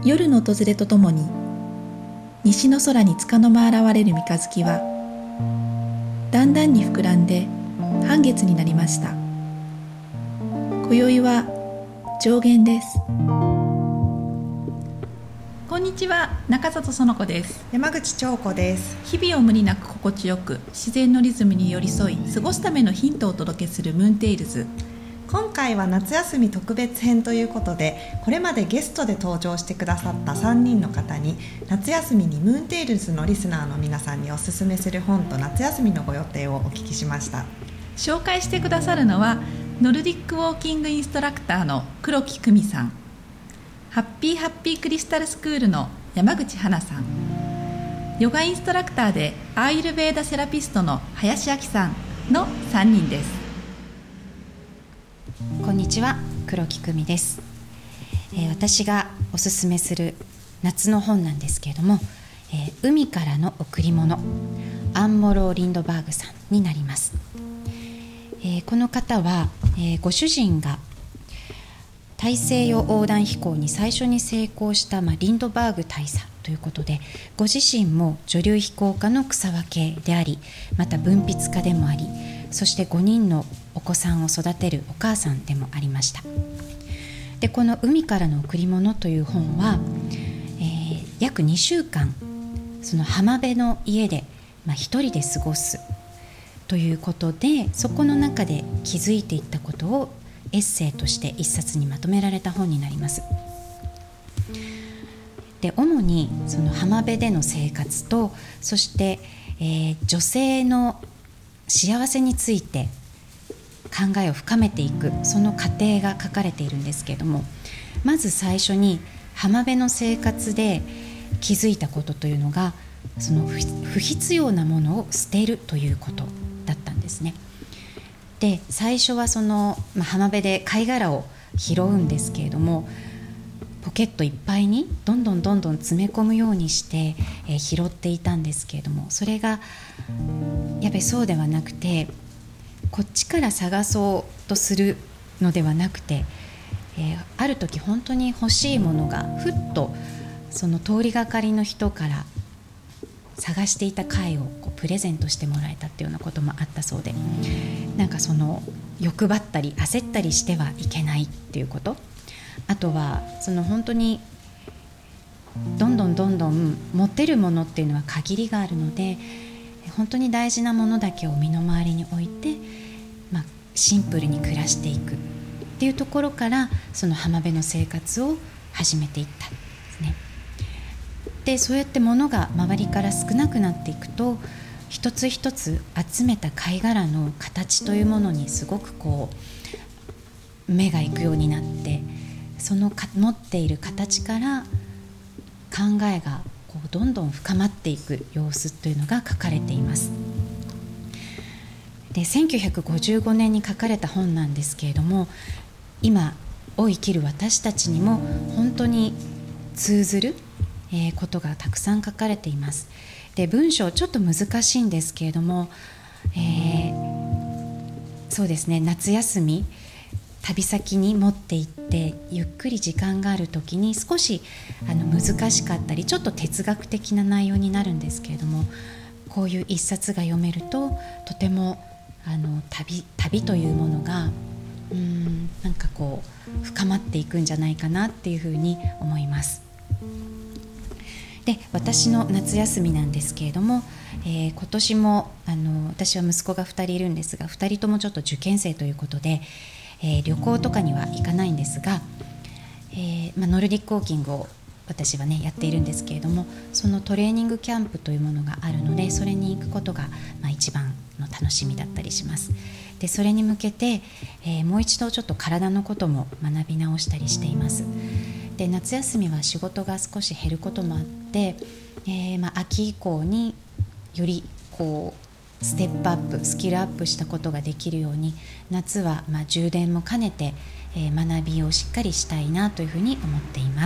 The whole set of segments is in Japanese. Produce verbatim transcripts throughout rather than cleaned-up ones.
夜の訪れとともに西の空に束の間現れる三日月はだんだんに膨らんで半月になりました。今宵は上弦です。こんにちは、中里園子です。 山口彫子です。 日々を無理なく心地よく自然のリズムに寄り添い過ごすためのヒントをお届けするムーンテイルズ。 今回は夏休み特別編ということで、これまでゲストで登場してくださったさんにんの方に夏休みにムーンテイルズのリスナーの皆さんにおすすめする本と夏休みのご予定をお聞きしました。 紹介してくださるのはノルディックウォーキングインストラクターの黒木久美さん、ハッピーハッピークリスタルスクールの山口花さん、ヨガインストラクターでアーユルヴェーダセラピストの林明さんのさんにんです。 こんにちは、黒木久美です。えー、私がおすすめする夏の本なんですけれども、えー、海からの贈り物、アンモロー・リンドバーグさんになります。えー、この方は、えー、ご主人が大西洋横断飛行に最初に成功した、まあ、リンドバーグ大佐ということで、ご自身も女流飛行家の草分けであり、また文筆家でもあり、そしてごにんのお子さんを育てるお母さんでもありました。でこの海からの贈り物という本は、えー、約にしゅうかんその浜辺の家で、まあ、一人で過ごすということで、そこの中で気づいていったことをエッセイとして一冊にまとめられた本になります。で主にその浜辺での生活と、そして、えー、女性の幸せについて考えを深めていく、その過程が書かれているんですけれども、まず最初に浜辺の生活で気づいたことというのが、その不必要なものを捨てるということだったんですね。で最初はその、まあ、浜辺で貝殻を拾うんですけれども、ポケットいっぱいにどんどんどんどん詰め込むようにして、えー、拾っていたんですけれども、それがやっぱりそうではなくて、こっちから探そうとするのではなくて、えー、ある時本当に欲しいものがふっとその通りがかりの人から探していた貝をこうプレゼントしてもらえたっていうようなこともあったそうで、なんかその欲張ったり焦ったりしてはいけないっていうこと、あとはその本当にどんどんどんどん持ってるものっていうのは限りがあるので、本当に大事なものだけを身の回りに置いて、まあ、シンプルに暮らしていくっていうところから、その浜辺の生活を始めていったんですね。でそうやって物が周りから少なくなっていくと、一つ一つ集めた貝殻の形というものにすごくこう目がいくようになって、そのか持っている形から考えがこうどんどん深まっていく様子というのが書かれています。でせんきゅうひゃくごじゅうごねんに書かれた本なんですけれども、今を生きる私たちにも本当に通ずる、えー、ことがたくさん書かれています。で文章ちょっと難しいんですけれども、えー、そうですね、夏休み旅先に持って行ってゆっくり時間がある時に少しあの難しかったり、ちょっと哲学的な内容になるんですけれども、こういう一冊が読めるととてもあの 旅, 旅というものがうーんなんかこう深まっていくんじゃないかなっていうふうに思います。で私の夏休みなんですけれども、えー、今年もあの私は息子がふたりいるんですが、ふたりともちょっと受験生ということで、えー、旅行とかには行かないんですが、えーまあ、ノルディックウォーキングを私はねやっているんですけれども、そのトレーニングキャンプというものがあるので、それに行くことが、まあ、一番の楽しみだったりします。でそれに向けて、えー、もう一度ちょっと体のことも学び直したりしています。で夏休みは仕事が少し減ることもあって、えーまあ、秋以降によりこうステップアップスキルアップしたことができるように、夏はまあ充電も兼ねて、えー、学びをしっかりしたいなというふうに思っています。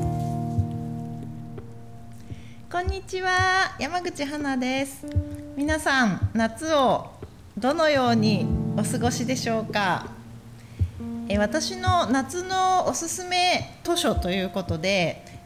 こんにちは、山口花です。皆さん夏をどのようにお過ごしでしょうか。え私の夏のおすすめ図書ということで、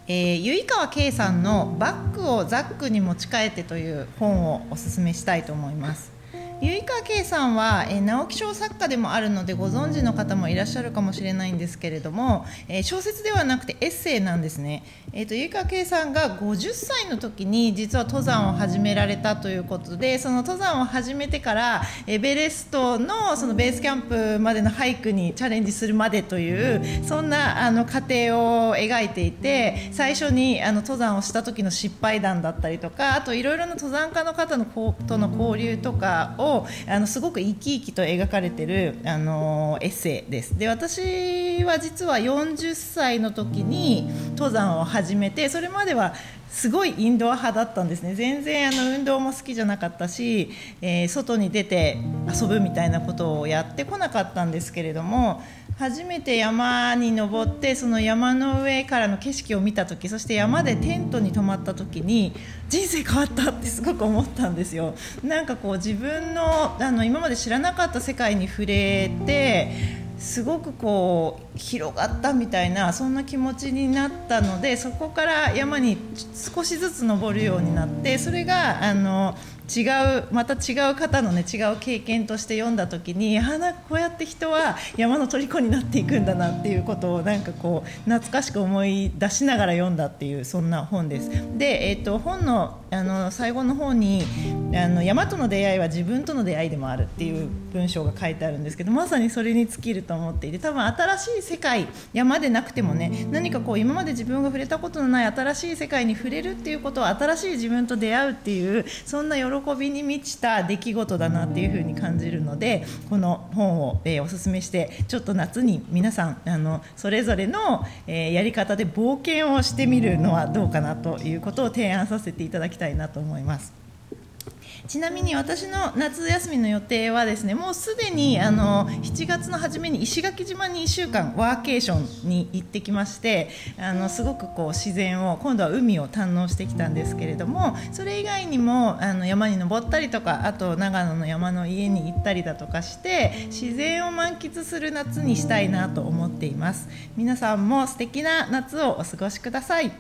えー、由川圭さんのバッグをザックに持ち替えてという本をお勧めしたいと思います。由川圭さんは、えー、直木賞作家でもあるのでご存知の方もいらっしゃるかもしれないんですけれども、えー、小説ではなくてエッセイなんですね。えーと、由川圭さんがごじゅっさいの時に実は登山を始められたということで、その登山を始めてからエベレスト の, そのベースキャンプまでのハイクにチャレンジするまでというそんなあの過程を描いていて、最初にあの登山をした時の失敗談だったりとか、あといろいろな登山家の方のとの交流とかをあのすごく生き生きと描かれているあのエッセイです。で、私は実はよんじゅっさいの時に登山を始めて、それまではすごいインドア派だったんですね。全然あの運動も好きじゃなかったし、えー、外に出て遊ぶみたいなことをやってこなかったんですけれども、初めて山に登って、その山の上からの景色を見た時、そして山でテントに泊まった時に人生変わったってすごく思ったんですよ。なんかこう自分 の, あの今まで知らなかった世界に触れて、すごくこう広がったみたいな、そんな気持ちになったので、そこから山に少しずつ登るようになって、それがあの違うまた違う方のね違う経験として読んだ時に、あ、なんかこうやって人は山の虜になっていくんだなっていうことをなんかこう懐かしく思い出しながら読んだっていう、そんな本です。で、えーと、本 の, あの最後の方にあの山との出会いは自分との出会いでもあるっていう文章が書いてあるんですけど、まさにそれに尽きると思っていて、多分新しい世界、山でなくてもね、何かこう今まで自分が触れたことのない新しい世界に触れるっていうことは、新しい自分と出会うっていう、そんな喜びに満ちた出来事だなっていうふうに感じるので、この本を、えー、おすすめして、ちょっと夏に皆さんあのそれぞれの、えー、やり方で冒険をしてみるのはどうかなということを提案させていただきたいなと思います。ちなみに私の夏休みの予定はですね、もうすでにあのしちがつの初めに石垣島にいっしゅうかんワーケーションに行ってきまして、あのすごくこう自然を、今度は海を堪能してきたんですけれども、それ以外にもあの山に登ったりとか、あと長野の山の家に行ったりだとかして、自然を満喫する夏にしたいなと思っています。皆さんも素敵な夏をお過ごしください。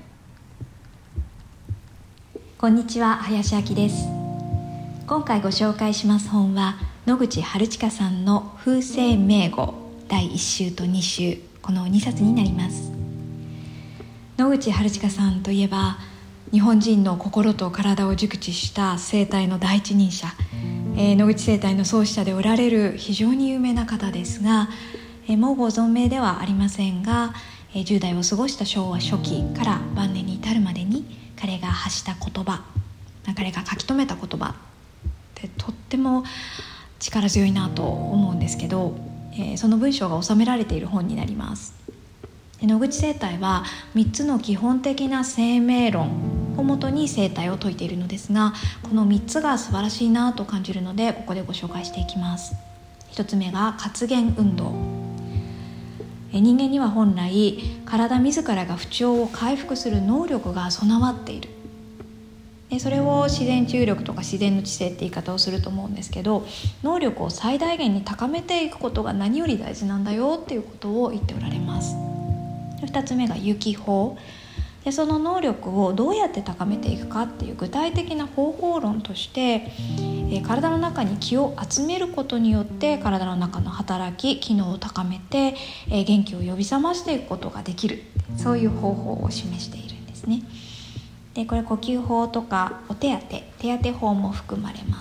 こんにちは、林明です。今回ご紹介します本は野口春近さんの風声名語だいいっ週とに週、このにさつになります。野口春近さんといえば、日本人の心と体を熟知した生態の第一人者、えー、野口生態の創始者でおられる非常に有名な方ですが、えー、もうご存命ではありませんが、えー、じゅう代を過ごした昭和初期から晩年に至るまでに彼が発した言葉、彼が書き留めた言葉でとっても力強いなと思うんですけど、えー、その文章が収められている本になります。で、野口生態はみっつの基本的な生命論をもとに生態を説いているのですが、このみっつが素晴らしいなと感じるので、ここでご紹介していきます。ひとつめが活言運動。え人間には本来体自らが不調を回復する能力が備わっている。でそれを自然治癒力とか自然の知性って言い方をすると思うんですけど、能力を最大限に高めていくことが何より大事なんだよっていうことを言っておられます。ふたつめが有機法で、その能力をどうやって高めていくかっていう具体的な方法論として、えー、体の中に気を集めることによって体の中の働き機能を高めて、えー、元気を呼び覚ましていくことができる、そういう方法を示しているんですね。でこれ呼吸法とかお手当て手当て法も含まれます。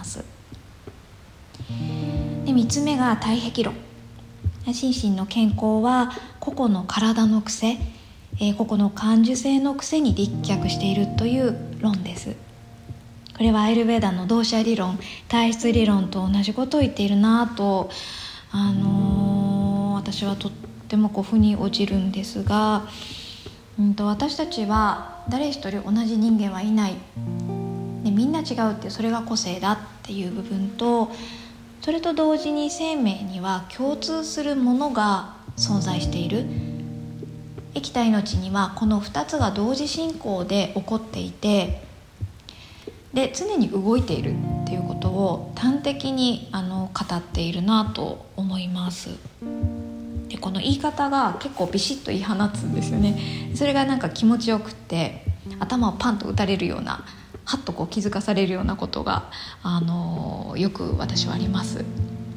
でみっつめが体壁論。心身の健康は個々の体の癖、えー、個々の感受性の癖に立脚しているという論です。これはアイルベーダの動作理論、体質理論と同じことを言っているなと、あのー、私はとってもこう腑に落ちるんですが、うんと私たちは誰一人同じ人間はいないで、みんな違うって、それが個性だっていう部分と、それと同時に生命には共通するものが存在している。生きた命にはこのふたつが同時進行で起こっていて、で常に動いているっていうことを端的にあの語っているなと思います。でこの言い方が結構ビシッと言い放つんですよね。それがなんか気持ちよくって、頭をパンと打たれるような、はっとこう気づかされるようなことが、あのよく私はあります。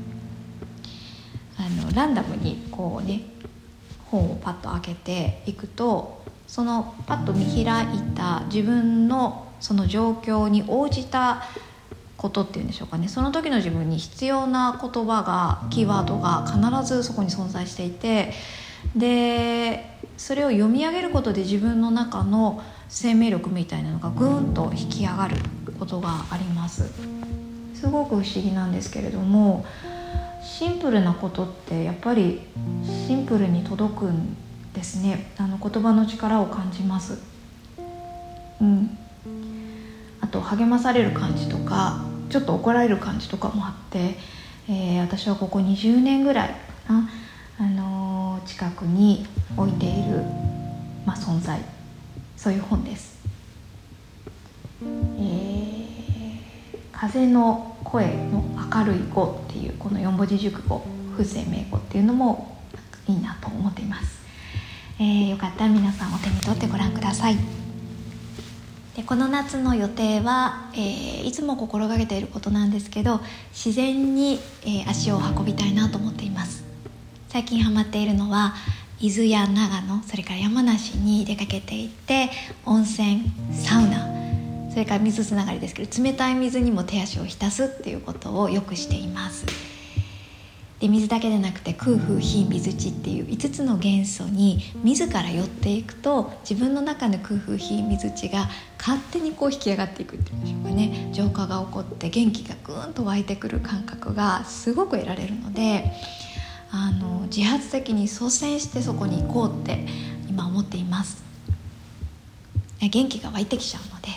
あのランダムにこうね本をパッと開けていくと、そのパッと見開いた自分のその状況に応じたことっていうんでしょうかね、その時の自分に必要な言葉がキーワードが必ずそこに存在していて、でそれを読み上げることで自分の中の生命力みたいなのがぐーんと引き上がることがあります。すごく不思議なんですけれども、シンプルなことってやっぱりシンプルに届くんですね。あの言葉の力を感じます。うん。あと励まされる感じとか、ちょっと怒られる感じとかもあって、えー、私はここにじゅうねんぐらいかな、あのー、近くに置いている、まあ、存在、そういう本です。えー、風の声の明るい語っていうこのよん文字熟語、風声明語っていうのもいいなと思っています。えー、よかったら皆さんお手に取ってご覧ください。でこの夏の予定は、えー、いつも心がけていることなんですけど、自然に、えー、足を運びたいなと思っています。最近ハマっているのは伊豆や長野、それから山梨に出かけていって、温泉、サウナ、それから水つながりですけど冷たい水にも手足を浸すっていうことをよくしています。で水だけでなくて空風火水地っていういつつの元素に自ら寄っていくと、自分の中の空風火水地が勝手にこう引き上がっていくっていうんでしょうかね、浄化が起こって元気がぐーんと湧いてくる感覚がすごく得られるので、あの自発的に率先してそこに行こうって今思っています。元気が湧いてきちゃうので。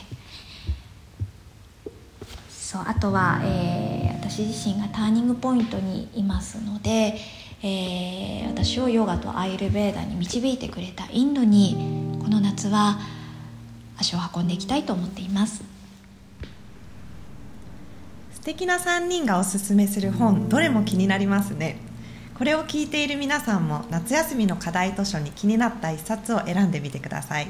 そうあとは、えー、私自身がターニングポイントにいますので、えー、私をヨガとアイルベーダに導いてくれたインドにこの夏は足を運んでいきたいと思っています。 素敵なさんにんがおすすめする本、どれも気になりますね。これを聞いている皆さんも夏休みの課題図書に気になった一冊を選んでみてください。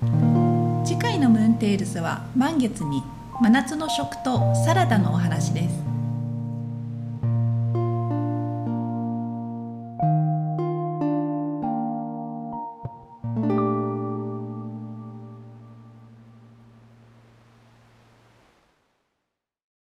次回のムーンテールズは満月に真夏の食とサラダのお話です。